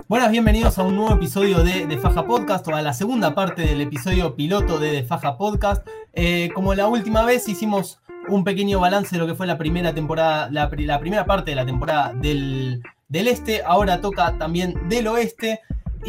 Buenas, bienvenidos a un nuevo episodio de Faja Podcast, o a la segunda parte del episodio piloto de Faja Podcast. Como la última vez hicimos un pequeño balance de lo que fue la primera temporada, la primera parte de la temporada del este, ahora toca también del oeste.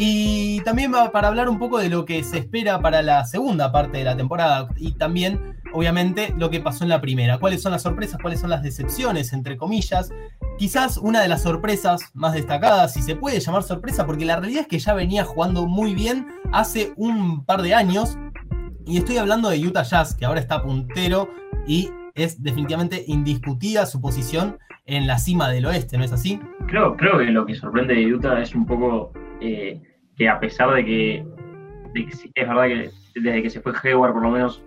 Y también para hablar un poco de lo que se espera para la segunda parte de la temporada y también, obviamente, lo que pasó en la primera. ¿Cuáles son las sorpresas? ¿Cuáles son las decepciones, entre comillas? Quizás una de las sorpresas más destacadas, si se puede llamar sorpresa, porque la realidad es que ya venía jugando muy bien hace un par de años. Y estoy hablando de Utah Jazz, que ahora está puntero y es definitivamente indiscutida su posición en la cima del oeste, ¿no es así? Creo que lo que sorprende de Utah es un poco que a pesar de que es verdad que desde que se fue Hayward, por lo menos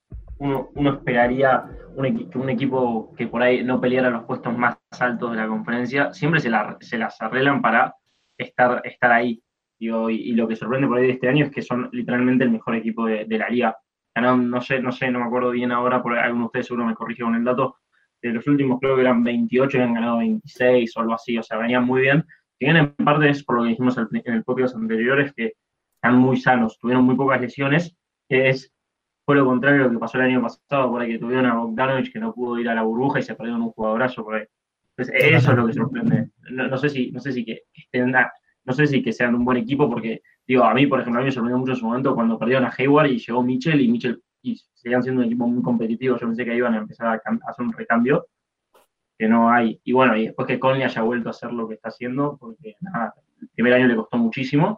uno esperaría que un equipo que por ahí no peleara los puestos más altos de la conferencia, siempre se las arreglan para estar ahí. Digo, y lo que sorprende por ahí de este año es que son literalmente el mejor equipo de la liga. No sé, no me acuerdo bien ahora, por alguno de ustedes seguro me corrige con el dato. De los últimos creo que eran 28 y han ganado 26 o algo así, o sea, venían muy bien. Si bien en parte es por lo que dijimos en el podcast anteriores, que están muy sanos, tuvieron muy pocas lesiones, que fue lo contrario de lo que pasó el año pasado, por ahí que tuvieron a Bogdanovic que no pudo ir a la burbuja y se perdieron un jugadorazo por ahí. Entonces, eso es lo que sorprende. No sé si que estén, no sé si que sean un buen equipo, porque, digo, a mí, por ejemplo, a mí me sorprendió mucho en su momento cuando perdieron a Hayward y llegó Mitchell, y seguían siendo un equipo muy competitivo. Yo pensé que iban a empezar a hacer un recambio, que no hay. Y bueno, y después que Conley haya vuelto a hacer lo que está haciendo, porque nada, el primer año le costó muchísimo.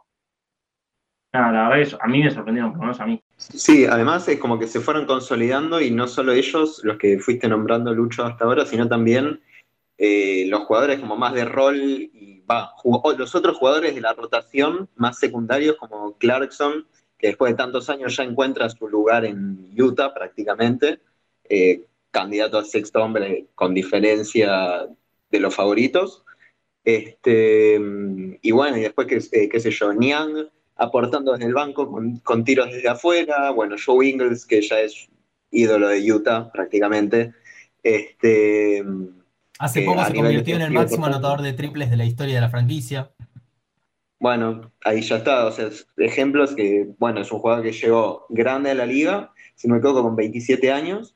Nada, la verdad es, a mí me sorprendieron, por lo menos a mí. Sí, además es como que se fueron consolidando y no solo ellos, los que fuiste nombrando, Lucho, hasta ahora, sino también los jugadores como más de rol y los otros jugadores de la rotación más secundarios como Clarkson, que después de tantos años ya encuentra su lugar en Utah prácticamente, candidato a sexto hombre con diferencia de los favoritos. Y bueno, y después, qué sé yo, Niang aportando desde el banco con tiros desde afuera. Bueno, Joe Ingles, que ya es ídolo de Utah prácticamente. Este, Hace poco a se nivel convirtió en el defensivo máximo importante. anotador de triples de la historia de la franquicia. Bueno, ahí ya está. O sea, ejemplos que, bueno, es un jugador que llegó grande a la liga, si no me equivoco, con 27 años.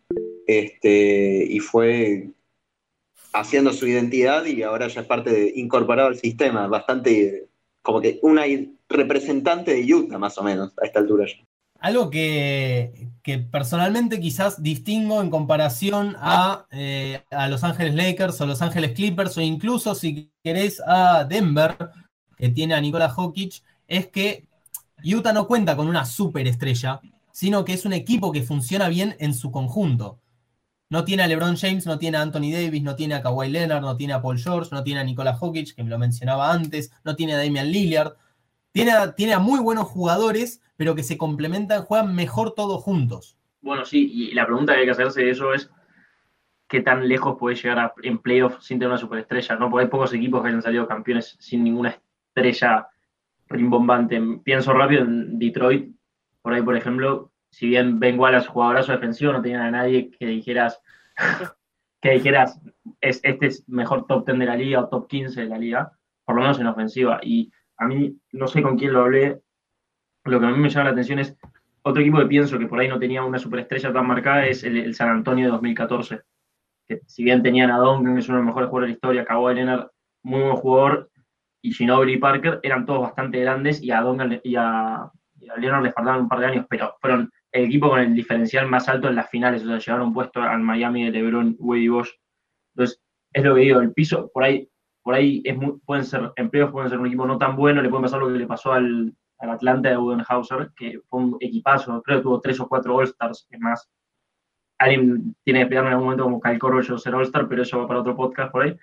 Y fue haciendo su identidad y ahora ya es incorporado al sistema, bastante como que una representante de Utah más o menos a esta altura ya. Algo que personalmente quizás distingo en comparación a Los Ángeles Lakers o Los Ángeles Clippers, o incluso si querés a Denver, que tiene a Nikola Jokic, es que Utah no cuenta con una superestrella, sino que es un equipo que funciona bien en su conjunto. No tiene a LeBron James, no tiene a Anthony Davis, no tiene a Kawhi Leonard, no tiene a Paul George, no tiene a Nikola Jokic, que me lo mencionaba antes, no tiene a Damian Lillard. Tiene a muy buenos jugadores, pero que se complementan, juegan mejor todos juntos. Bueno, sí, y la pregunta que hay que hacerse de eso es qué tan lejos puede llegar en playoffs sin tener una superestrella, ¿no? Porque hay pocos equipos que hayan salido campeones sin ninguna estrella rimbombante. Pienso rápido en Detroit, por ahí, por ejemplo, si bien Ben Wallace, jugadorazo defensivo, no tenían a nadie que dijeras, este es mejor top 10 de la liga o top 15 de la liga, por lo menos en ofensiva. Y a mí, no sé con quién lo hablé, lo que a mí me llama la atención es otro equipo que pienso que por ahí no tenía una superestrella tan marcada es el San Antonio de 2014, que si bien tenían a Duncan, que es uno de los mejores jugadores de la historia, Kawhi Leonard, muy buen jugador, y Ginobili y Parker, eran todos bastante grandes, y a Duncan y a Leonard les faltaban un par de años, pero fueron el equipo con el diferencial más alto en las finales, o sea, llegaron puesto al Miami de LeBron, Wade y Bosh. Entonces, es lo que digo, el piso, por ahí pueden ser, en playoffs pueden ser un equipo no tan bueno, le puede pasar lo que le pasó al Atlanta de Budenhauser, que fue un equipazo, creo que tuvo 3 o 4 All-Stars, es más, alguien tiene que explicarme en algún momento como Kyle Korver ser All-Star, pero eso va para otro podcast por ahí.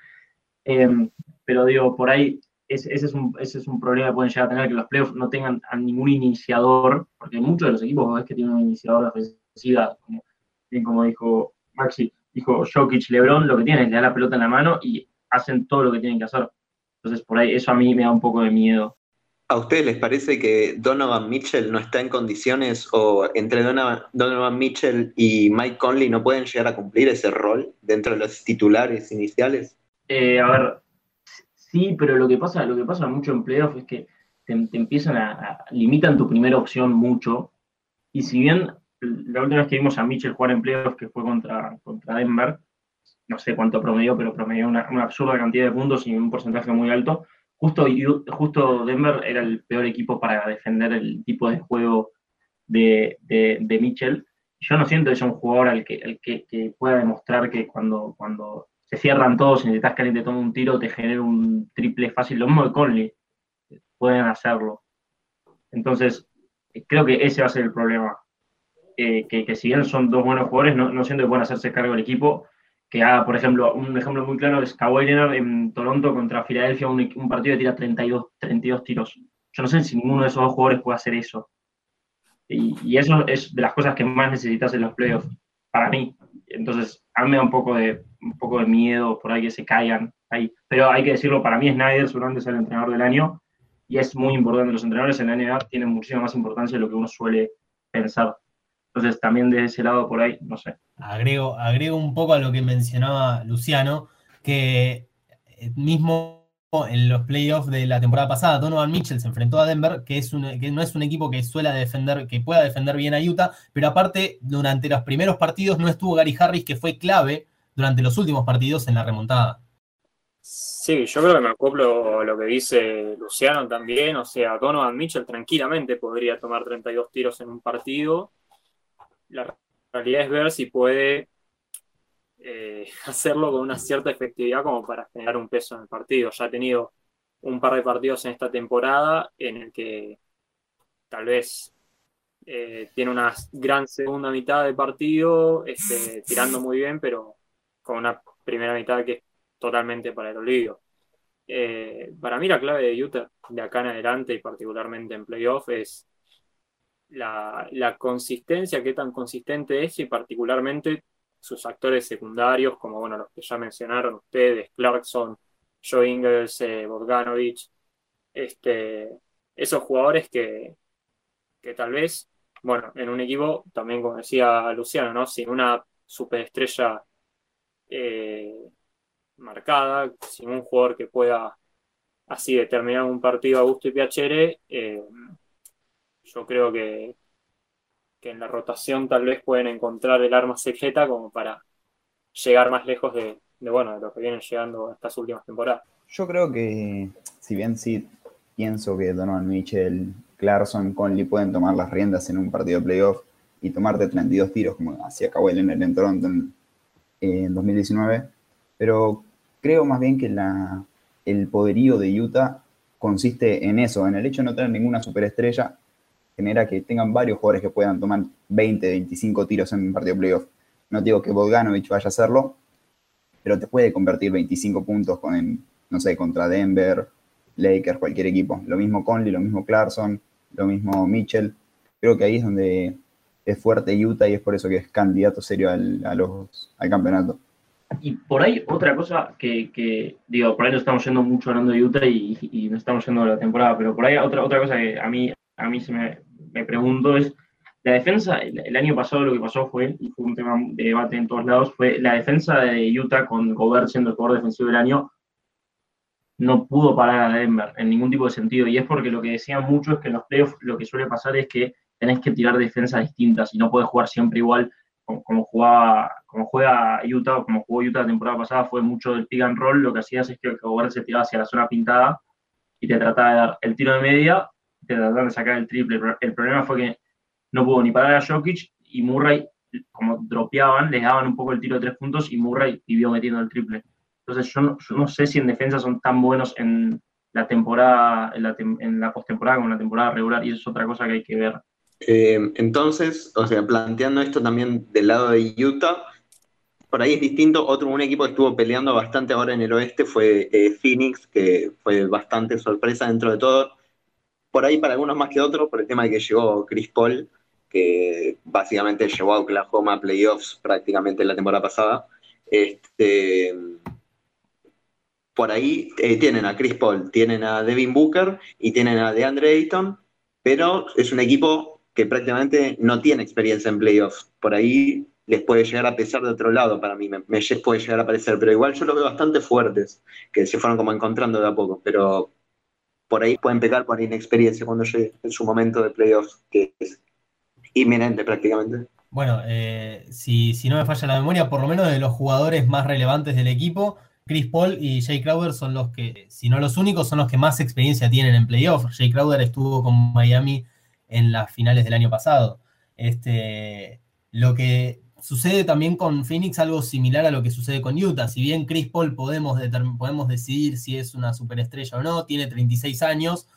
Pero digo, por ahí ese es un problema que pueden llegar a tener, que los playoffs no tengan a ningún iniciador, porque muchos de los equipos ves que tienen un iniciador de ofensiva, como dijo Maxi, dijo Jokic, LeBron, lo que tienen es le da la pelota en la mano y hacen todo lo que tienen que hacer. Entonces, por ahí, eso a mí me da un poco de miedo. ¿A ustedes les parece que Donovan Mitchell no está en condiciones o entre Donovan Mitchell y Mike Conley no pueden llegar a cumplir ese rol dentro de los titulares iniciales? A ver, Sí, pero lo que pasa mucho en playoff es que te empiezan limitan tu primera opción mucho. Y si bien la última vez que vimos a Mitchell jugar en playoff, que fue contra Denver, no sé cuánto promedió, pero promedió una absurda cantidad de puntos y un porcentaje muy alto. Justo Denver era el peor equipo para defender el tipo de juego de Mitchell. Yo no siento que sea un jugador que pueda demostrar que cuando se cierran todos y necesitas que alguien te tome un tiro, te genere un triple fácil. Lo mismo de Conley, pueden hacerlo. Entonces, creo que ese va a ser el problema. Que si bien son dos buenos jugadores, no siento que puedan hacerse cargo del equipo. Que haga, por ejemplo, un ejemplo muy claro es Kawhi Leonard en Toronto contra Filadelfia, un partido que tira 32 tiros. Yo no sé si ninguno de esos dos jugadores puede hacer eso. Y eso es de las cosas que más necesitas en los playoffs, para mí. Entonces, a mí me da un poco de miedo por ahí que se caigan ahí. Pero hay que decirlo, para mí Snyder seguramente es el entrenador del año y es muy importante. Los entrenadores en la NBA tienen muchísima más importancia de lo que uno suele pensar. Entonces, también de ese lado por ahí, no sé. Agrego un poco a lo que mencionaba Luciano, que mismo en los playoffs de la temporada pasada, Donovan Mitchell se enfrentó a Denver, que no es un equipo que suele defender, que pueda defender bien a Utah, pero aparte, durante los primeros partidos no estuvo Gary Harris, que fue clave durante los últimos partidos en la remontada. Sí, yo creo que me acoplo a lo que dice Luciano también. O sea, Donovan Mitchell tranquilamente podría tomar 32 tiros en un partido. La realidad es ver si puede hacerlo con una cierta efectividad como para generar un peso en el partido. Ya ha tenido un par de partidos en esta temporada en el que tal vez tiene una gran segunda mitad de partido, tirando muy bien, pero con una primera mitad que es totalmente para el olvido. Para mí la clave de Utah de acá en adelante y particularmente en playoff es la consistencia, qué tan consistente es y particularmente sus actores secundarios, como bueno, los que ya mencionaron ustedes, Clarkson, Joe Ingles, Bogdanovich, esos jugadores que tal vez, bueno, en un equipo, también como decía Luciano, ¿no? Sin una superestrella marcada, sin un jugador que pueda así determinar un partido a gusto y piacere, yo creo que en la rotación tal vez pueden encontrar el arma secreta como para llegar más lejos bueno, de lo que vienen llegando estas últimas temporadas. Yo creo que, si bien sí pienso que Donovan Mitchell, Clarkson, Conley pueden tomar las riendas en un partido de playoff y tomarte 32 tiros como hacía Kawhi Leonard en Toronto en 2019, pero creo más bien que el poderío de Utah consiste en eso, en el hecho de no tener ninguna superestrella, genera que tengan varios jugadores que puedan tomar 20, 25 tiros en un partido de playoff. No digo que Bogdanovich vaya a hacerlo, pero te puede convertir 25 puntos no sé, contra Denver, Lakers, cualquier equipo. Lo mismo Conley, lo mismo Clarkson, lo mismo Mitchell. Creo que ahí es donde es fuerte Utah y es por eso que es candidato serio al campeonato. Y por ahí otra cosa digo, por ahí nos estamos yendo mucho hablando de Utah y nos estamos yendo de la temporada, pero por ahí otra cosa que a mí se me pregunto es, la defensa, el año pasado lo que pasó fue, y fue un tema de debate en todos lados, fue la defensa de Utah con Gobert siendo el jugador defensivo del año, no pudo parar a Denver en ningún tipo de sentido, y es porque lo que decían mucho es que en los playoffs lo que suele pasar es que tenés que tirar defensas distintas y no podés jugar siempre igual como juega Utah o como jugó Utah la temporada pasada. Fue mucho del pick and roll. Lo que hacías es que Gobert se tiraba hacia la zona pintada y te trataba de dar el tiro de media, te trataba de sacar el triple. El problema fue que no pudo ni parar a Jokic y Murray, como dropeaban, les daban un poco el tiro de 3 puntos y Murray vivió metiendo el triple. Entonces yo no sé si en defensa son tan buenos en la temporada, en la postemporada como en la temporada regular, y eso es otra cosa que hay que ver. Entonces, o sea, planteando esto también del lado de Utah, por ahí es distinto. Un equipo que estuvo peleando bastante ahora en el oeste fue Phoenix, que fue bastante sorpresa dentro de todo. Por ahí para algunos más que otros, por el tema de que llegó Chris Paul, que básicamente llevó a Oklahoma a playoffs prácticamente la temporada pasada. Por ahí tienen a Chris Paul, tienen a Devin Booker y tienen a DeAndre Ayton, pero es un equipo que prácticamente no tiene experiencia en playoffs. Por ahí les puede llegar a pesar de otro lado para mí, me puede llegar a parecer, pero igual yo los veo bastante fuertes, que se fueron como encontrando de a poco, pero por ahí pueden pecar por inexperiencia cuando llegue en su momento de playoffs, que es inminente prácticamente. Bueno, si no me falla la memoria, por lo menos de los jugadores más relevantes del equipo, Chris Paul y Jay Crowder son los que, si no los únicos, son los que más experiencia tienen en playoff. Jay Crowder estuvo con Miami en las finales del año pasado. Lo que sucede también con Phoenix, algo similar a lo que sucede con Utah. Si bien Chris Paul podemos decidir si es una superestrella o no, tiene 36 años,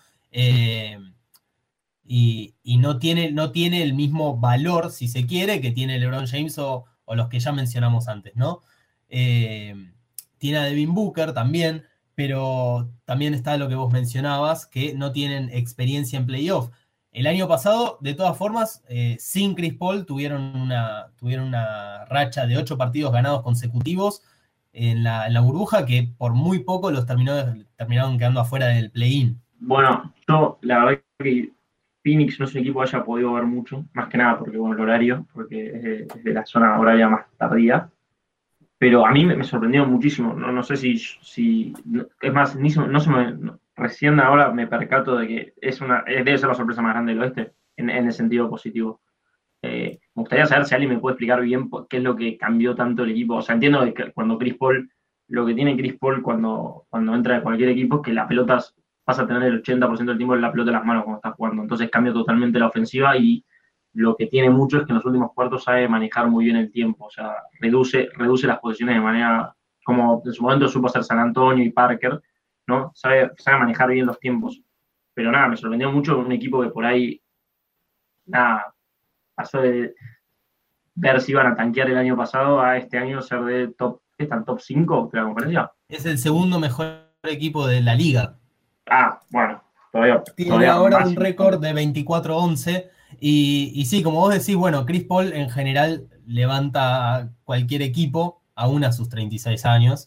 y no tiene el mismo valor, si se quiere, que tiene LeBron James o los que ya mencionamos antes, ¿no? Tiene a Devin Booker también, pero también está lo que vos mencionabas, que no tienen experiencia en playoff. El año pasado, de todas formas, sin Chris Paul, tuvieron una racha de 8 partidos ganados consecutivos en la burbuja, que por muy poco los terminaron quedando afuera del play-in. Bueno, yo la verdad que Phoenix no es un equipo que haya podido ver mucho, más que nada porque, bueno, el horario, porque es de la zona horaria más tardía. Pero a mí me sorprendió muchísimo. No sé si es más, recién ahora me percato de que debe ser la sorpresa más grande del oeste, en el sentido positivo. Me gustaría saber si alguien me puede explicar bien qué es lo que cambió tanto el equipo. O sea, entiendo que cuando Chris Paul, lo que tiene Chris Paul cuando entra de cualquier equipo es que las pelotas pasa a tener el 80% del tiempo la pelota en las manos cuando está jugando. Entonces cambia totalmente la ofensiva y lo que tiene mucho es que en los últimos cuartos sabe manejar muy bien el tiempo. O sea, reduce las posiciones de manera, como en su momento supo hacer San Antonio y Parker, ¿no? Sabe manejar bien los tiempos. Pero nada, me sorprendió mucho un equipo que por ahí, nada, pasó de ver si iban a tanquear el año pasado a este año ser de top 5 de la conferencia. Es el segundo mejor equipo de la liga. Bueno, todavía tiene ahora más un récord de 24-11 y sí, como vos decís, bueno, Chris Paul en general levanta a cualquier equipo, aún a sus 36 años,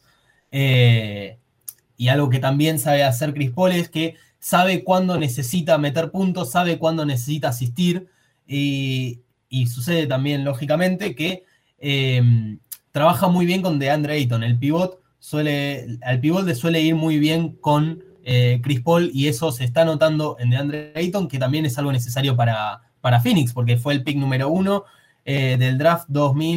y algo que también sabe hacer Chris Paul es que sabe cuándo necesita meter puntos, sabe cuándo necesita asistir, y sucede también, lógicamente, que trabaja muy bien con DeAndre Ayton. Al pivot le suele ir muy bien con Chris Paul, y eso se está notando en DeAndre Ayton, que también es algo necesario para Phoenix, porque fue el pick número 1 del draft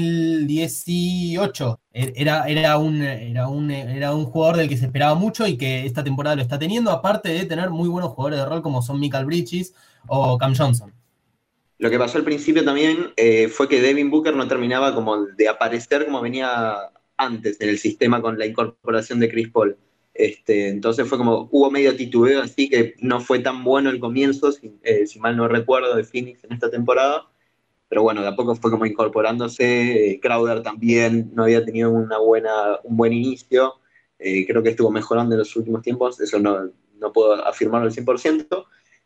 2018. Era un jugador del que se esperaba mucho y que esta temporada lo está teniendo, aparte de tener muy buenos jugadores de rol como son Mikal Bridges o Cam Johnson. Lo que pasó al principio también fue que Devin Booker no terminaba como de aparecer como venía antes en el sistema con la incorporación de Chris Paul. Entonces fue como, hubo medio titubeo, así que no fue tan bueno el comienzo, si mal no recuerdo, de Phoenix en esta temporada. Pero bueno, de a poco fue como incorporándose. Crowder también no había tenido un buen inicio. Creo que estuvo mejorando en los últimos tiempos, eso no puedo afirmarlo al 100%.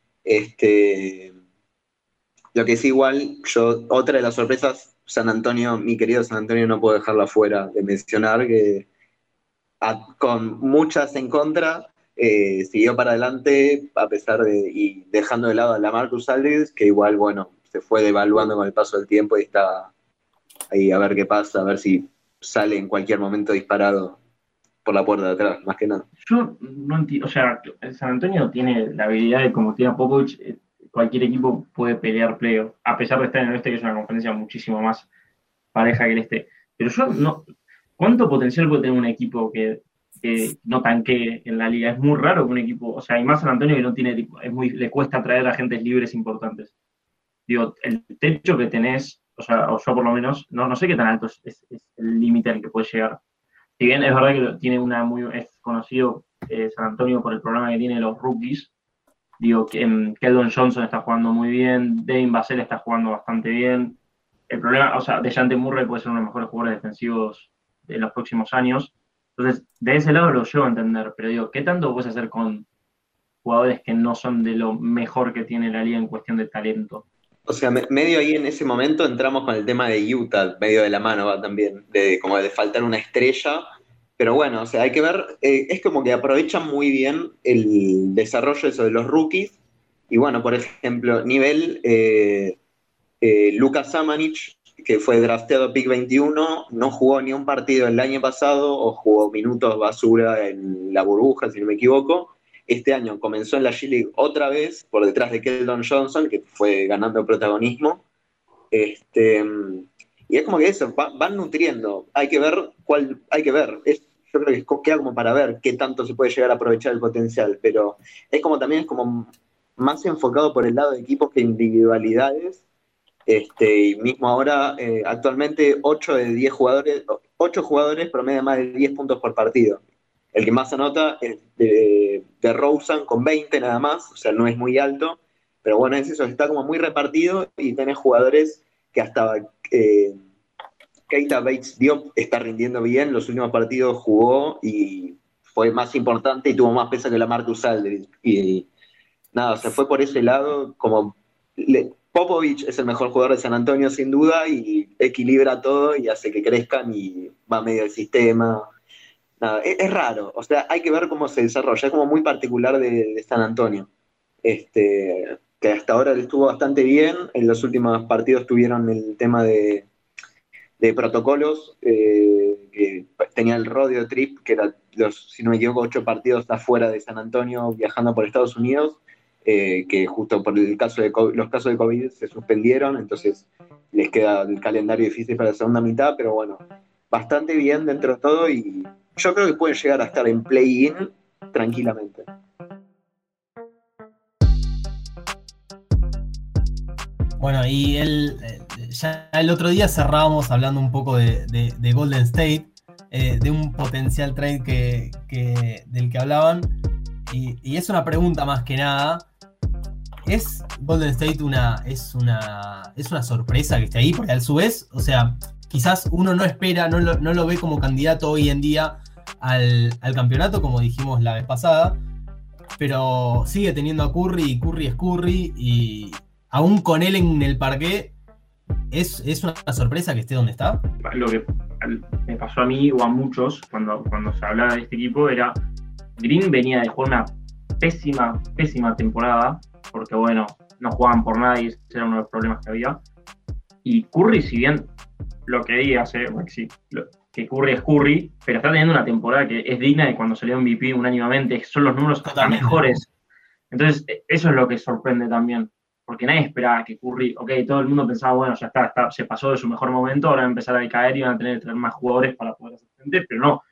Lo que sí, igual, otra de las sorpresas, San Antonio, mi querido San Antonio, no puedo dejarla fuera de mencionar que con muchas en contra, siguió para adelante a pesar y dejando de lado a LaMarcus Aldridge, que igual, bueno, se fue devaluando con el paso del tiempo y está ahí a ver qué pasa, a ver si sale en cualquier momento disparado por la puerta de atrás, más que nada. Yo no entiendo, o sea, San Antonio tiene la habilidad de, como tiene a Popovich, cualquier equipo puede pelear playoff, a pesar de estar en el oeste, que es una conferencia muchísimo más pareja que el este. Pero yo no... ¿Cuánto potencial puede tener un equipo que no tanquee en la liga? Es muy raro que un equipo, o sea, y más San Antonio que no tiene, le cuesta traer agentes libres importantes. Digo, el techo que tenés, o sea, o yo por lo menos, no sé qué tan alto es el límite al que puede llegar. Si bien es verdad que tiene es conocido San Antonio por el programa que tiene los rookies, digo, que Keldon Johnson está jugando muy bien, Devin Vassell está jugando bastante bien. El problema, o sea, DeJounte Murray puede ser uno de los mejores jugadores defensivos de los próximos años. Entonces, de ese lado lo llevo a entender, pero digo, ¿qué tanto puedes hacer con jugadores que no son de lo mejor que tiene la liga en cuestión de talento? O sea, medio ahí en ese momento entramos con el tema de Utah, medio de la mano va también, como de faltar una estrella, pero bueno, o sea, hay que ver, es como que aprovechan muy bien el desarrollo eso de los rookies, y bueno, por ejemplo, nivel Luka Samanic, que fue drafteado pick 21, no jugó ni un partido el año pasado o jugó minutos basura en la burbuja, si no me equivoco. Este año comenzó en la G-League otra vez por detrás de Keldon Johnson, que fue ganando protagonismo. Y es como que eso, van nutriendo. Hay que ver hay que ver. Yo creo que queda como para ver qué tanto se puede llegar a aprovechar el potencial, pero también es como más enfocado por el lado de equipos que individualidades. Y mismo ahora, actualmente 8 de 10 jugadores, 8 jugadores promedian más de 10 puntos por partido. El que más anota es de Rosen con 20 nada más, o sea, no es muy alto, pero bueno, es eso, está como muy repartido y tenés jugadores que hasta Keita Bates-Diop está rindiendo bien, los últimos partidos jugó y fue más importante y tuvo más peso que la Marcus Aldridge. Y nada, se fue por ese lado, como Popovich es el mejor jugador de San Antonio sin duda y equilibra todo y hace que crezcan y va medio del sistema. Nada, es raro, o sea, hay que ver cómo se desarrolla, es como muy particular de San Antonio. Que hasta ahora le estuvo bastante bien, en los últimos partidos tuvieron el tema de protocolos, que tenía el rodeo trip, que era, si no me equivoco, 8 partidos afuera de San Antonio viajando por Estados Unidos, que justo por el caso de los casos de COVID se suspendieron, entonces les queda el calendario difícil para la segunda mitad, pero bueno, bastante bien dentro de todo y yo creo que pueden llegar a estar en play-in tranquilamente. Bueno, y ya el otro día cerrábamos hablando un poco de Golden State, de un potencial trade del que hablaban, y es una pregunta más que nada. ¿Es Golden State es una sorpresa que esté ahí? Porque a su vez, o sea, quizás uno no espera, no lo ve como candidato hoy en día al campeonato, como dijimos la vez pasada, pero sigue teniendo a Curry, y Curry es Curry, y aún con él en el parqué, ¿es una sorpresa que esté donde está? Lo que me pasó a mí o a muchos cuando se hablaba de este equipo era Green venía de jugar una pésima temporada, porque bueno, no jugaban por nada y ese era uno de los problemas que había. Y Curry, si bien lo que digas, que Curry es Curry, pero está teniendo una temporada que es digna de cuando salió MVP unánimamente, son los números mejores. Entonces, eso es lo que sorprende también, porque nadie esperaba que Curry, todo el mundo pensaba, bueno, ya está, se pasó de su mejor momento, ahora va a empezar a decaer y van a tener que traer más jugadores para poder hacer frente, pero no.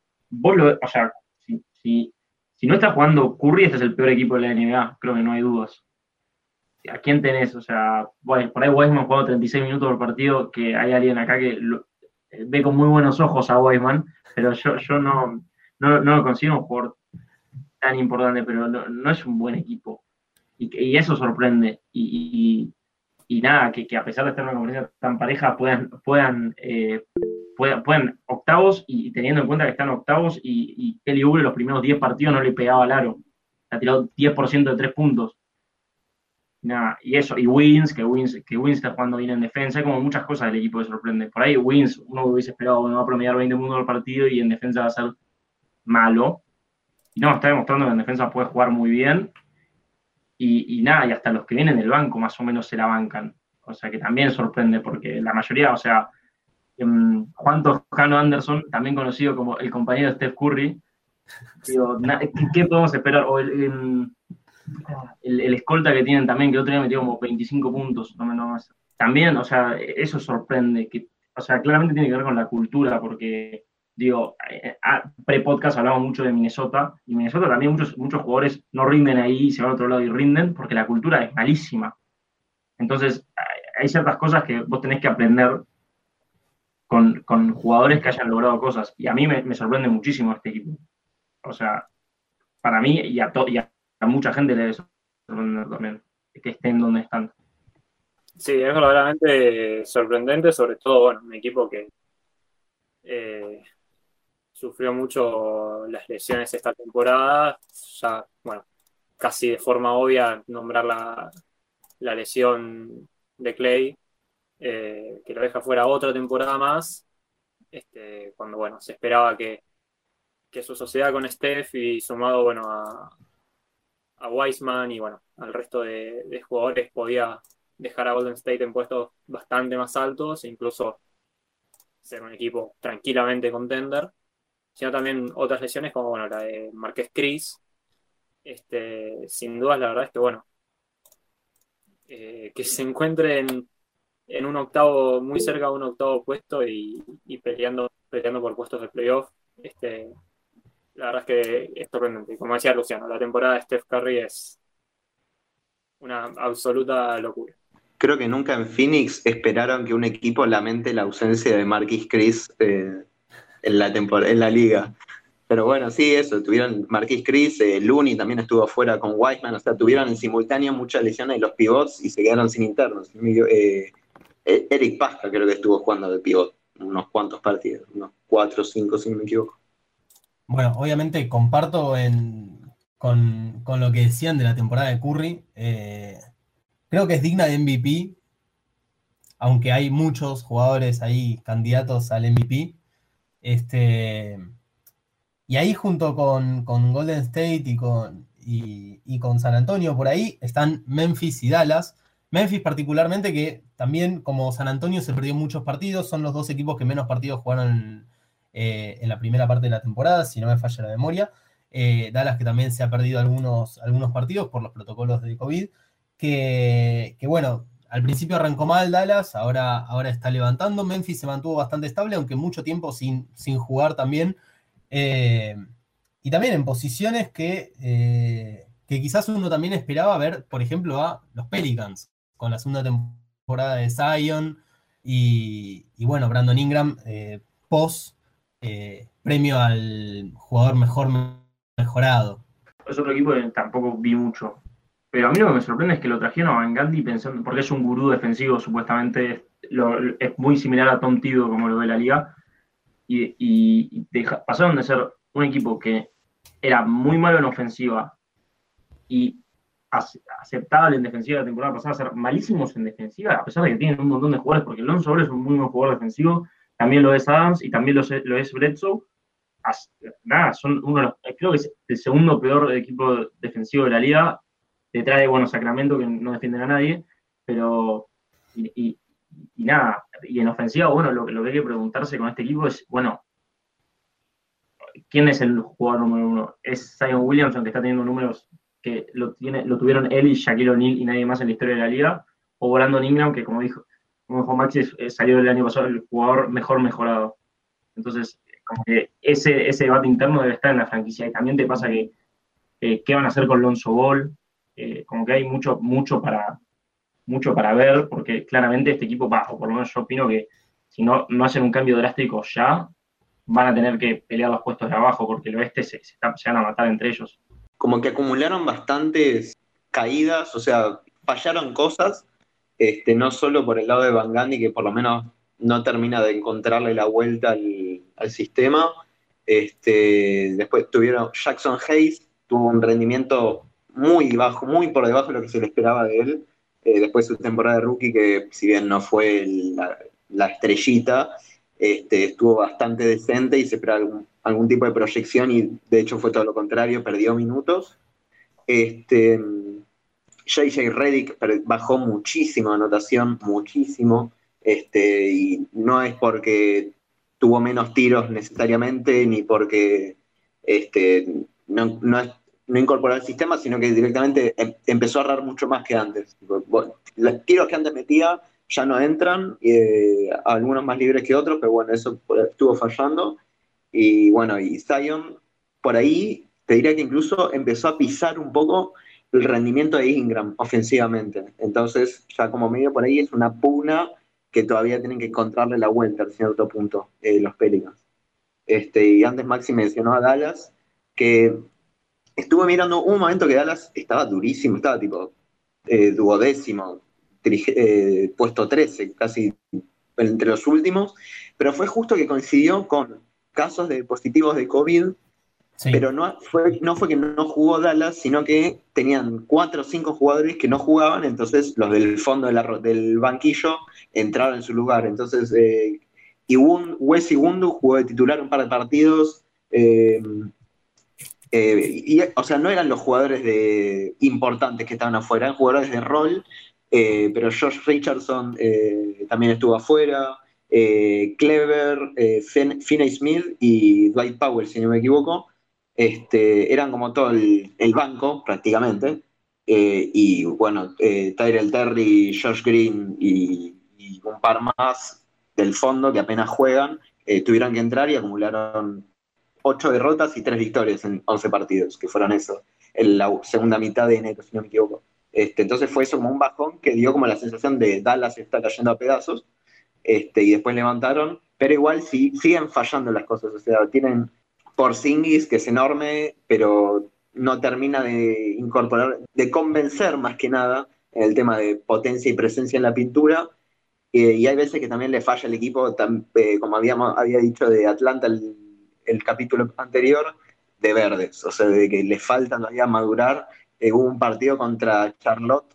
Si no está jugando Curry, este es el peor equipo de la NBA, creo que no hay dudas. ¿A quién tenés? O sea, bueno, por ahí Wiseman jugando 36 minutos por partido, que hay alguien acá que ve con muy buenos ojos a Wiseman, pero yo no lo considero un jugador tan importante, pero no es un buen equipo. Y eso sorprende. Y nada, que a pesar de estar en una conferencia tan pareja, puedan octavos y teniendo en cuenta que están octavos y Kelly Oubre los primeros 10 partidos no le pegaba al aro. Ha tirado 10% de 3 puntos. Nada, y eso, y Wins está jugando bien en defensa, hay como muchas cosas del equipo que sorprende. Por ahí Wins, uno hubiese esperado, bueno, va a promediar 20 puntos al partido y en defensa va a ser malo. Y no, está demostrando que en defensa puede jugar muy bien. Y nada, y hasta los que vienen del banco más o menos se la bancan. O sea que también sorprende, porque la mayoría, o sea, Juan Toscano Anderson, también conocido como el compañero de Steph Curry, digo, ¿qué podemos esperar? O el escolta que tienen también, que el otro día metió como 25 puntos, no más. También, o sea, eso sorprende, o sea, claramente tiene que ver con la cultura, porque, digo, pre-podcast hablamos mucho de Minnesota, y Minnesota también muchos jugadores no rinden ahí y se van a otro lado y rinden, porque la cultura es malísima. Entonces, hay ciertas cosas que vos tenés que aprender con jugadores que hayan logrado cosas, y a mí me sorprende muchísimo este equipo. O sea, para mí y a mucha gente le debe sorprender también que estén donde están. Sí, es verdaderamente sorprendente, sobre todo, bueno, un equipo que sufrió mucho las lesiones esta temporada, ya, bueno, casi de forma obvia nombrar la lesión de Clay, que lo deja fuera otra temporada más, cuando, bueno, se esperaba que su sociedad con Steph y sumado, bueno, a Wiseman y, bueno, al resto de jugadores podía dejar a Golden State en puestos bastante más altos e incluso ser un equipo tranquilamente contender, sino también otras lesiones como bueno, la de Marqués Chris. Sin dudas, la verdad es que bueno, que se encuentre en un octavo, muy cerca de un octavo puesto y peleando por puestos de playoff, la verdad es que es sorprendente. Como decía Luciano, la temporada de Steph Curry es una absoluta locura. Creo que nunca en Phoenix esperaron que un equipo lamente la ausencia de Marquis Chris en la liga. Pero bueno, sí, eso, tuvieron Marquis Chris, Looney también estuvo afuera con Wiseman, o sea, tuvieron en simultáneo muchas lesiones de los pivots y se quedaron sin internos. Eric Pasca creo que estuvo jugando de pivot unos cuantos partidos, unos 4 o 5 si no me equivoco. Bueno, obviamente comparto con lo que decían de la temporada de Curry. Creo que es digna de MVP, aunque hay muchos jugadores ahí candidatos al MVP. Y ahí junto con Golden State y con San Antonio, por ahí están Memphis y Dallas. Memphis particularmente, que también como San Antonio se perdió muchos partidos, son los dos equipos que menos partidos jugaron en la primera parte de la temporada, si no me falla la memoria. Dallas, que también se ha perdido algunos partidos por los protocolos de COVID, que bueno, al principio arrancó mal Dallas, ahora está levantando. Memphis se mantuvo bastante estable, aunque mucho tiempo sin jugar también. Y también en posiciones que quizás uno también esperaba ver, por ejemplo, a los Pelicans, con la segunda temporada de Zion y bueno, Brandon Ingram, post premio al jugador mejorado. Es otro equipo que tampoco vi mucho. Pero a mí lo que me sorprende es que lo trajeron a Van Gundy pensando, porque es un gurú defensivo, supuestamente es muy similar a Tom Thibodeau como lo ve la liga, y pasaron de ser un equipo que era muy malo en ofensiva y aceptable en defensiva la temporada pasada, a ser malísimos en defensiva, a pesar de que tienen un montón de jugadores, porque Lonzo Ball es un muy buen jugador defensivo, también lo es Adams y también lo es Bledsoe. Nada, son creo que es el segundo peor equipo defensivo de la liga, detrás de bueno, Sacramento, que no defienden a nadie, pero y nada, y en ofensiva, bueno, lo que hay que preguntarse con este equipo es, bueno, ¿quién es el jugador número uno? ¿Es Zion Williamson, que está teniendo números que lo tuvieron él y Shaquille O'Neal y nadie más en la historia de la liga? ¿O Brandon Ingram, que como dijo Maxi, salió el año pasado el jugador mejorado? Entonces, como que ese debate interno debe estar en la franquicia. Y también te pasa que qué van a hacer con Lonzo Ball, como que hay mucho para ver, porque claramente este equipo, o por lo menos yo opino que si no hacen un cambio drástico ya, van a tener que pelear los puestos de abajo, porque el oeste se van a matar entre ellos. Como que acumularon bastantes caídas, o sea, fallaron cosas, no solo por el lado de Van Gundy, que por lo menos no termina de encontrarle la vuelta al sistema. Después tuvieron Jackson Hayes, tuvo un rendimiento muy bajo, muy por debajo de lo que se le esperaba de él. Después su temporada de rookie, que si bien no fue la estrellita, estuvo bastante decente y se esperaba algún tipo de proyección y de hecho fue todo lo contrario, perdió minutos. J.J. Redick bajó muchísimo anotación, muchísimo, y no es porque tuvo menos tiros necesariamente, ni porque no incorporó al sistema, sino que directamente empezó a errar mucho más que antes. Bueno, los tiros que antes metía ya no entran, algunos más libres que otros, pero bueno, eso estuvo fallando. Y bueno, y Zion, por ahí, te diría que incluso empezó a pisar un poco el rendimiento de Ingram ofensivamente. Entonces, ya como medio por ahí es una pugna que todavía tienen que encontrarle la vuelta a cierto punto los Pelicans. Y antes Maxi mencionó a Dallas, que estuve mirando un momento que Dallas estaba durísimo, estaba tipo duodécimo, puesto 13, casi entre los últimos, pero fue justo que coincidió con casos de positivos de COVID, sí. Pero no fue que no jugó Dallas, sino que tenían 4 o 5 jugadores que no jugaban, entonces los del fondo del banquillo entraron en su lugar. Entonces, Wes Iwundu jugó de titular un par de partidos, o sea, no eran los jugadores importantes que estaban afuera, eran jugadores de rol, pero Josh Richardson también estuvo afuera, Clever, Finney Smith y Dwight Powell, si no me equivoco, eran como todo el banco prácticamente, y bueno, Tyrell Terry, Josh Green y un par más del fondo que apenas juegan, tuvieron que entrar y acumularon 8 derrotas y 3 victorias en 11 partidos, que fueron eso, en la segunda mitad de enero, si no me equivoco. Entonces fue eso como un bajón que dio como la sensación de Dallas está cayendo a pedazos, y después levantaron, pero igual sí, siguen fallando las cosas, o sea, tienen Porzingis, que es enorme, pero no termina de incorporar, de convencer más que nada en el tema de potencia y presencia en la pintura, y hay veces que también le falla el equipo, como había dicho de Atlanta el capítulo anterior, de verdes, o sea, de que le falta todavía madurar. Hubo un partido contra Charlotte,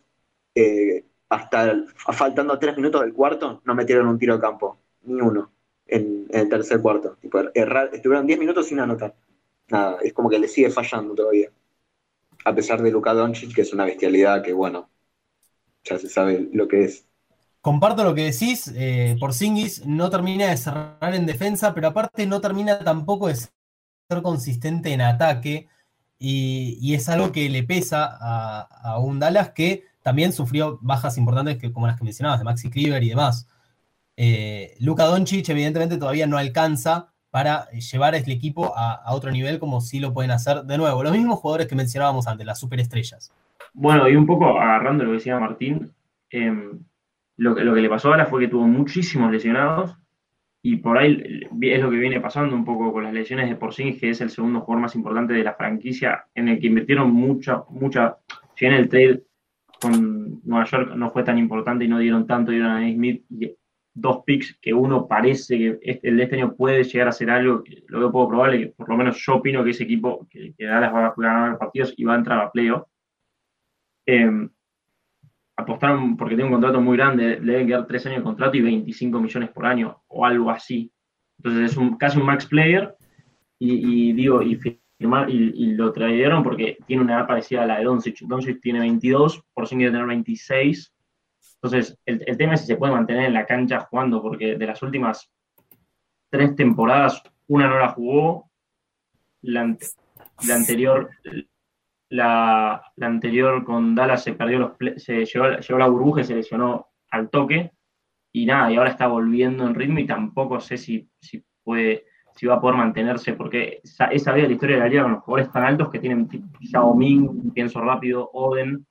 faltando 3 minutos del cuarto, no metieron un tiro de campo, ni uno, en el tercer cuarto. Tipo, estuvieron 10 minutos sin anotar. Nada, es como que le sigue fallando todavía. A pesar de Luka Doncic, que es una bestialidad que, bueno, ya se sabe lo que es. Comparto lo que decís, Porzingis no termina de cerrar en defensa, pero aparte no termina tampoco de ser consistente en ataque, y es algo que le pesa a un Dallas que también sufrió bajas importantes como las que mencionabas, de Maxi Kleber y demás. Luka Doncic evidentemente todavía no alcanza para llevar el equipo a otro nivel como sí lo pueden hacer de nuevo los mismos jugadores que mencionábamos antes, las superestrellas. Bueno, y un poco agarrando lo que decía Martín, lo que le pasó ahora fue que tuvo muchísimos lesionados, y por ahí es lo que viene pasando un poco con las lesiones de Porzingis, que es el segundo jugador más importante de la franquicia, en el que invirtieron mucha, si bien el trade con Nueva York no fue tan importante y no dieron tanto, dieron a Smith y 2 picks que uno parece que el de este año puede llegar a ser algo, lo veo poco probable, que por lo menos yo opino que ese equipo, que Dallas va a ganar los partidos y va a entrar a playoff. Apostaron porque tiene un contrato muy grande, le deben quedar 3 años de contrato y 25 millones por año o algo así. Entonces es casi un max player, y lo trajeron porque tiene una edad parecida a la de Doncic. Doncic tiene 22, Porzingis debe tener 26. Entonces el tema es si se puede mantener en la cancha jugando, porque de las últimas 3 temporadas, una no la jugó, la anterior con Dallas se perdió se llegó la burbuja y se lesionó al toque, y nada, y ahora está volviendo en ritmo y tampoco sé si va a poder mantenerse, porque es sabida la historia de la liga con los jugadores tan altos que tienen Yao Ming, pienso rápido, Oden,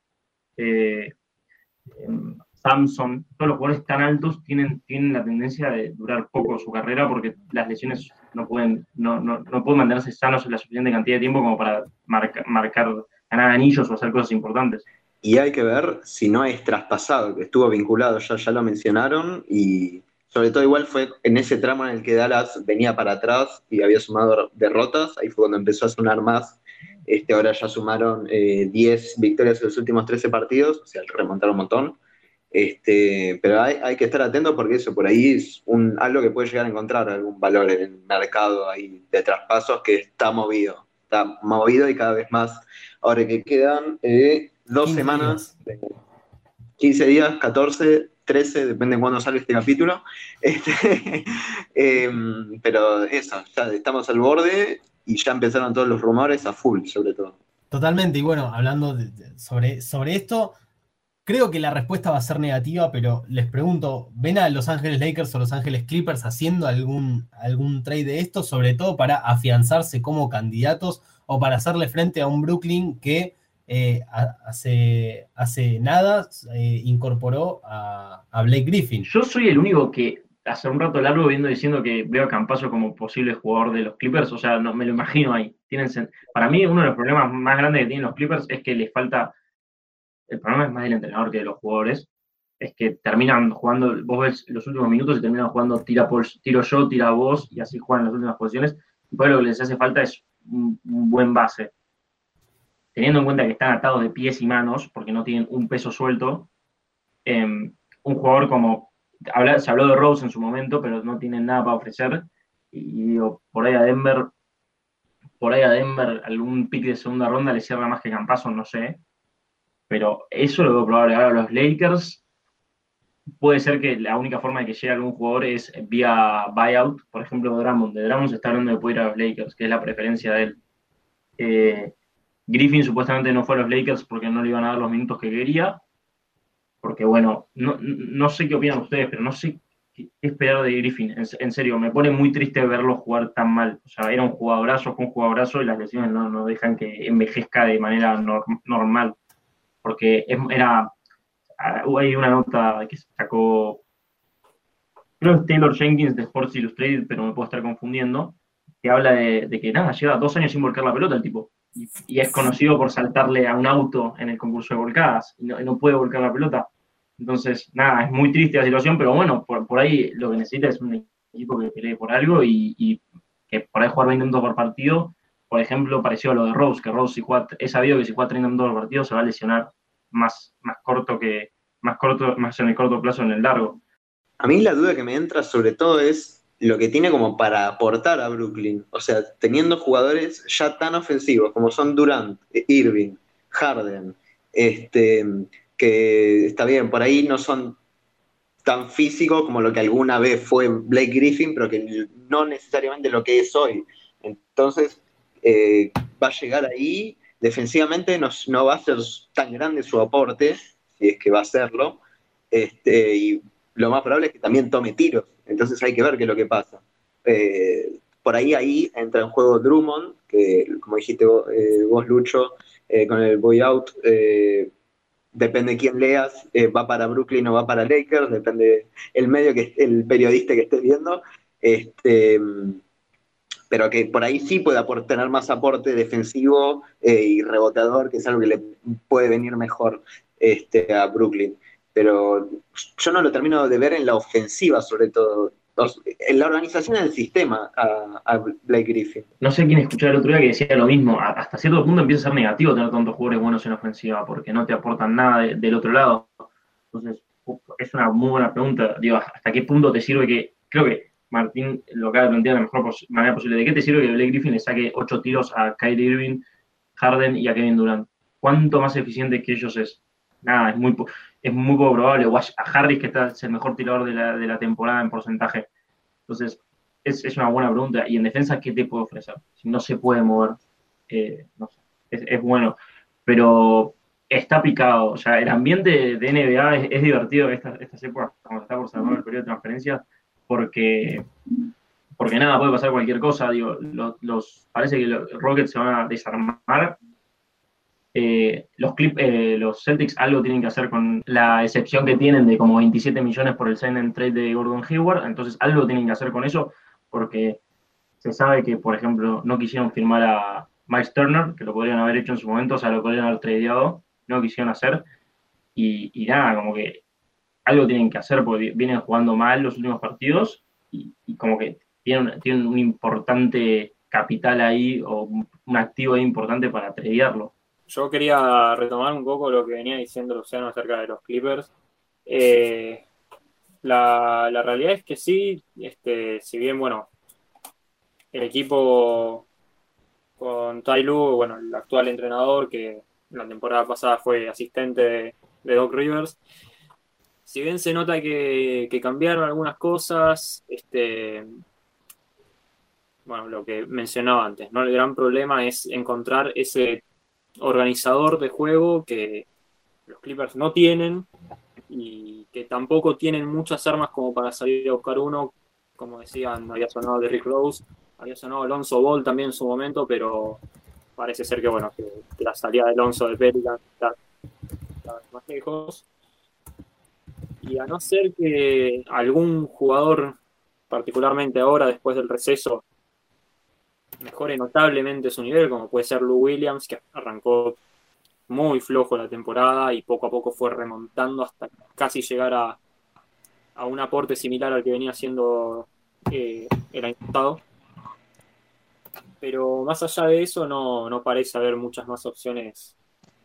Samson, todos los jugadores tan altos tienen la tendencia de durar poco su carrera porque las lesiones no pueden mantenerse sanos en la suficiente cantidad de tiempo como para ganar anillos o hacer cosas importantes. Y hay que ver si no es traspasado, que estuvo vinculado, ya lo mencionaron, y sobre todo igual fue en ese tramo en el que Dallas venía para atrás y había sumado derrotas, ahí fue cuando empezó a sonar más. Ahora ya sumaron 10 victorias en los últimos 13 partidos, o sea, remontaron un montón. Pero hay que estar atento porque eso por ahí es algo que puede llegar a encontrar algún valor en el mercado ahí de traspasos, que está movido y cada vez más. Ahora que quedan 2 semanas, 15 días, 14, 13, depende de cuándo sale este capítulo. Pero eso, ya estamos al borde y ya empezaron todos los rumores a full, sobre todo. Totalmente, y bueno, hablando sobre esto, creo que la respuesta va a ser negativa, pero les pregunto, ¿ven a Los Ángeles Lakers o Los Ángeles Clippers haciendo algún trade de esto, sobre todo para afianzarse como candidatos o para hacerle frente a un Brooklyn que hace nada incorporó a Blake Griffin? Yo soy el único que hace un rato largo diciendo que veo a Campazzo como posible jugador de los Clippers, o sea, no me lo imagino ahí. Para mí uno de los problemas más grandes que tienen los Clippers es que les falta. El problema es más del entrenador que de los jugadores, es que terminan jugando, vos ves los últimos minutos y terminan jugando tiro yo, tira vos, y así juegan las últimas posiciones, y por lo que les hace falta es un buen base. Teniendo en cuenta que están atados de pies y manos, porque no tienen un peso suelto, un jugador como, se habló de Rose en su momento, pero no tienen nada para ofrecer, y digo, por ahí a Denver algún pick de segunda ronda le cierra más que Campazzo, no sé. pero eso lo veo probable. Ahora los Lakers, puede ser que la única forma de que llegue algún jugador es vía buyout, por ejemplo, Drummond. De Drummond se está hablando de poder ir a los Lakers, que es la preferencia de él. Griffin supuestamente no fue a los Lakers porque no le iban a dar los minutos que quería, porque bueno, no sé qué opinan ustedes, pero no sé qué esperar de Griffin. En serio, me pone muy triste verlo jugar tan mal. O sea, era un jugadorazo, fue un jugadorazo y las lesiones no dejan que envejezca de manera normal, porque hay una nota que sacó, creo que es Taylor Jenkins de Sports Illustrated, pero me puedo estar confundiendo, que habla de que nada, lleva 2 años sin volcar la pelota el tipo, y es conocido por saltarle a un auto en el concurso de volcadas, y no puede volcar la pelota. Entonces, nada, es muy triste la situación, pero bueno, por ahí lo que necesita es un equipo que pelee por algo y que por ahí jugar 20 minutos por partido, por ejemplo, parecido a lo de Rose, que Rose es sabido que si juega 30 minutos por partido se va a lesionar más en el corto plazo en el largo. A mí la duda que me entra sobre todo es lo que tiene como para aportar a Brooklyn. O sea, teniendo jugadores ya tan ofensivos como son Durant, Irving, Harden, que está bien, por ahí no son tan físicos como lo que alguna vez fue Blake Griffin, pero que no necesariamente lo que es hoy. Entonces, va a llegar ahí, defensivamente no va a ser tan grande su aporte, si es que va a serlo, y lo más probable es que también tome tiros, entonces hay que ver qué es lo que pasa. Por ahí entra en juego Drummond, que como dijiste vos Lucho, con el boy out, depende de quién leas, va para Brooklyn o va para Lakers, depende el medio, el periodista que esté viendo, pero que por ahí sí puede tener más aporte defensivo y reboteador, que es algo que le puede venir mejor a Brooklyn. Pero yo no lo termino de ver en la ofensiva, sobre todo. En la organización del sistema a Blake Griffin. No sé quién escuchaba el otro día que decía lo mismo. Hasta cierto punto empieza a ser negativo tener tantos jugadores buenos en ofensiva, porque no te aportan nada del otro lado. Entonces, es una muy buena pregunta. Digo, ¿hasta qué punto te sirve que... Creo que Martín lo acaba de plantear de la mejor manera posible. ¿De qué te sirve que Blake Griffin le saque 8 tiros a Kyrie Irving, Harden y a Kevin Durant? ¿Cuánto más eficiente que ellos es? Nada, es muy poco probable. O a Harris, que es el mejor tirador de la temporada en porcentaje. Entonces, es una buena pregunta. Y en defensa, ¿qué te puede ofrecer? Si no se puede mover, no sé, es bueno. Pero está picado. O sea, el ambiente de NBA es divertido estas épocas, cuando está por cerrar el periodo de transferencia, porque nada, puede pasar cualquier cosa. Digo, parece que los Rockets se van a desarmar. Los Celtics algo tienen que hacer con la excepción que tienen de como 27 millones por el sign and trade de Gordon Hayward, entonces algo tienen que hacer con eso, porque se sabe que, por ejemplo, no quisieron firmar a Miles Turner, que lo podrían haber hecho en su momento, o sea, lo podrían haber tradeado, no lo quisieron hacer, y nada, como que algo tienen que hacer, porque vienen jugando mal los últimos partidos, y como que tienen un importante capital ahí, o un activo ahí importante para tradearlo. Yo quería retomar un poco lo que venía diciendo Luciano acerca de los Clippers. La realidad es que sí, si bien, bueno, el equipo con Ty Lue, bueno, el actual entrenador que la temporada pasada fue asistente de Doc Rivers, si bien se nota que cambiaron algunas cosas, bueno, lo que mencionaba antes, ¿no? El gran problema es encontrar ese organizador de juego que los Clippers no tienen y que tampoco tienen muchas armas como para salir a buscar uno. Como decían, había sonado Derrick Rose, había sonado Alonzo Ball también en su momento, pero parece ser que bueno, que la salida de Alonso de Pelicans está más lejos. Y a no ser que algún jugador, particularmente ahora después del receso, mejore notablemente su nivel, como puede ser Lou Williams, que arrancó muy flojo la temporada y poco a poco fue remontando hasta casi llegar a un aporte similar al que venía haciendo el año pasado. Pero más allá de eso no parece haber muchas más opciones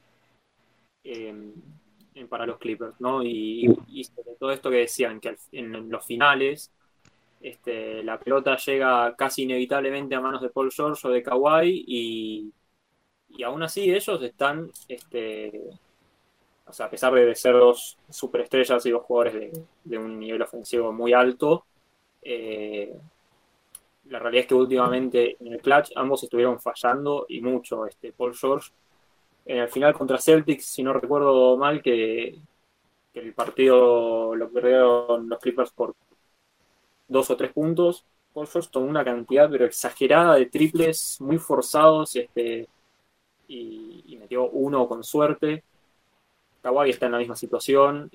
para los Clippers, ¿no? Y sobre todo esto que decían, que en los finales la pelota llega casi inevitablemente a manos de Paul George o de Kawhi y aún así ellos están o sea, a pesar de ser dos superestrellas y dos jugadores de un nivel ofensivo muy alto, la realidad es que últimamente en el clutch ambos estuvieron fallando y mucho. Paul George en el final contra Celtics, si no recuerdo mal, que el partido lo perdieron los Clippers por 2 o 3 puntos. Paul George tomó una cantidad pero exagerada de triples muy forzados y metió uno con suerte. Kawhi está en la misma situación,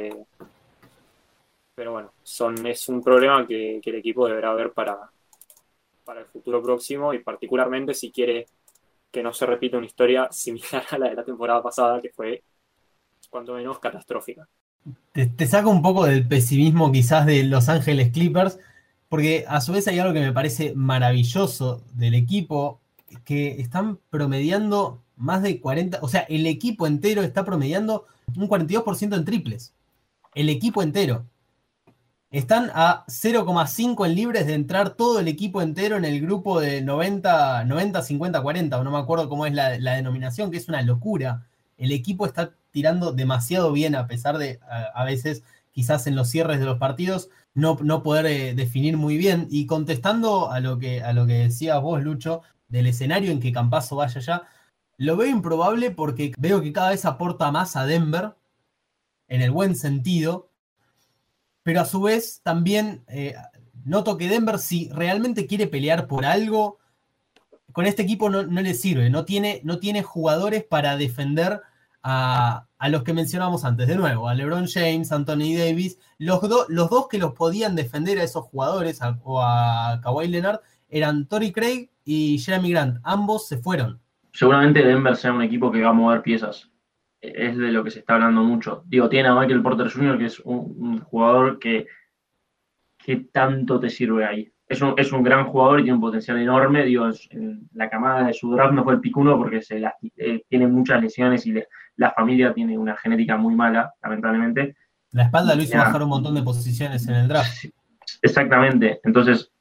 pero bueno, es un problema que el equipo deberá ver para el futuro próximo, y particularmente si quiere que no se repita una historia similar a la de la temporada pasada, que fue cuanto menos catastrófica. Te saca un poco del pesimismo quizás de Los Ángeles Clippers, porque a su vez hay algo que me parece maravilloso del equipo, que están promediando más de 40, o sea, el equipo entero está promediando un 42% en triples. El equipo entero. Están a 0,5 en libres de entrar todo el equipo entero en el grupo de 90, 50, 40, o no me acuerdo cómo es la denominación, que es una locura. El equipo está tirando demasiado bien, a pesar de a veces, quizás en los cierres de los partidos, no poder definir muy bien. Y contestando a lo que decías vos, Lucho, del escenario en que Campazzo vaya allá, lo veo improbable porque veo que cada vez aporta más a Denver, en el buen sentido, pero a su vez también noto que Denver, si realmente quiere pelear por algo, con este equipo no le sirve, no tiene jugadores para defender a los que mencionamos antes. De nuevo, a LeBron James, Anthony Davis, los dos que los podían defender a esos jugadores, o a Kawhi Leonard, eran Torrey Craig y Jeremy Grant. Ambos se fueron. Seguramente Denver sea un equipo que va a mover piezas. Es de lo que se está hablando mucho. Digo, tiene a Michael Porter Jr., que es un jugador que tanto te sirve ahí. Es un gran jugador y tiene un potencial enorme. Digo, en la camada de su draft no fue el pick 1 porque tiene muchas lesiones y la familia tiene una genética muy mala, lamentablemente. La espalda lo hizo bajar un montón de posiciones en el draft. Exactamente. Entonces,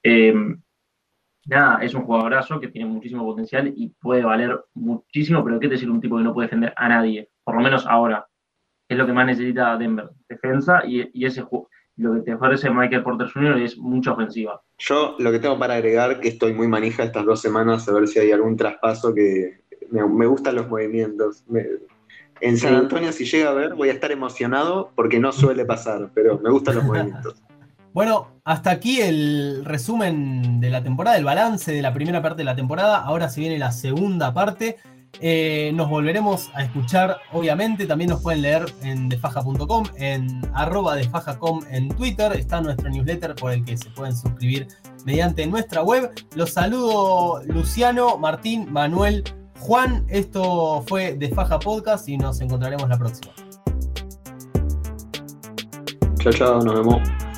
es un jugadorazo que tiene muchísimo potencial y puede valer muchísimo, pero ¿qué te sirve un tipo que no puede defender a nadie? Por lo menos ahora. Es lo que más necesita Denver. Defensa y ese juego. Lo que te ofrece Michael Porter Jr. es mucha ofensiva. Yo lo que tengo para agregar, que estoy muy manija estas 2 semanas, a ver si hay algún traspaso, que me gustan los movimientos. En San Antonio, si llega a ver, voy a estar emocionado porque no suele pasar, pero me gustan los movimientos. Bueno, hasta aquí el resumen de la temporada, el balance de la primera parte de la temporada. Ahora se viene la segunda parte. Nos volveremos a escuchar, obviamente. También nos pueden leer en defaja.com, en @defajacom en Twitter. Está nuestro newsletter por el que se pueden suscribir mediante nuestra web. Los saludo, Luciano, Martín, Manuel, Juan. Esto fue De Faja Podcast y nos encontraremos la próxima. Chao, nos vemos.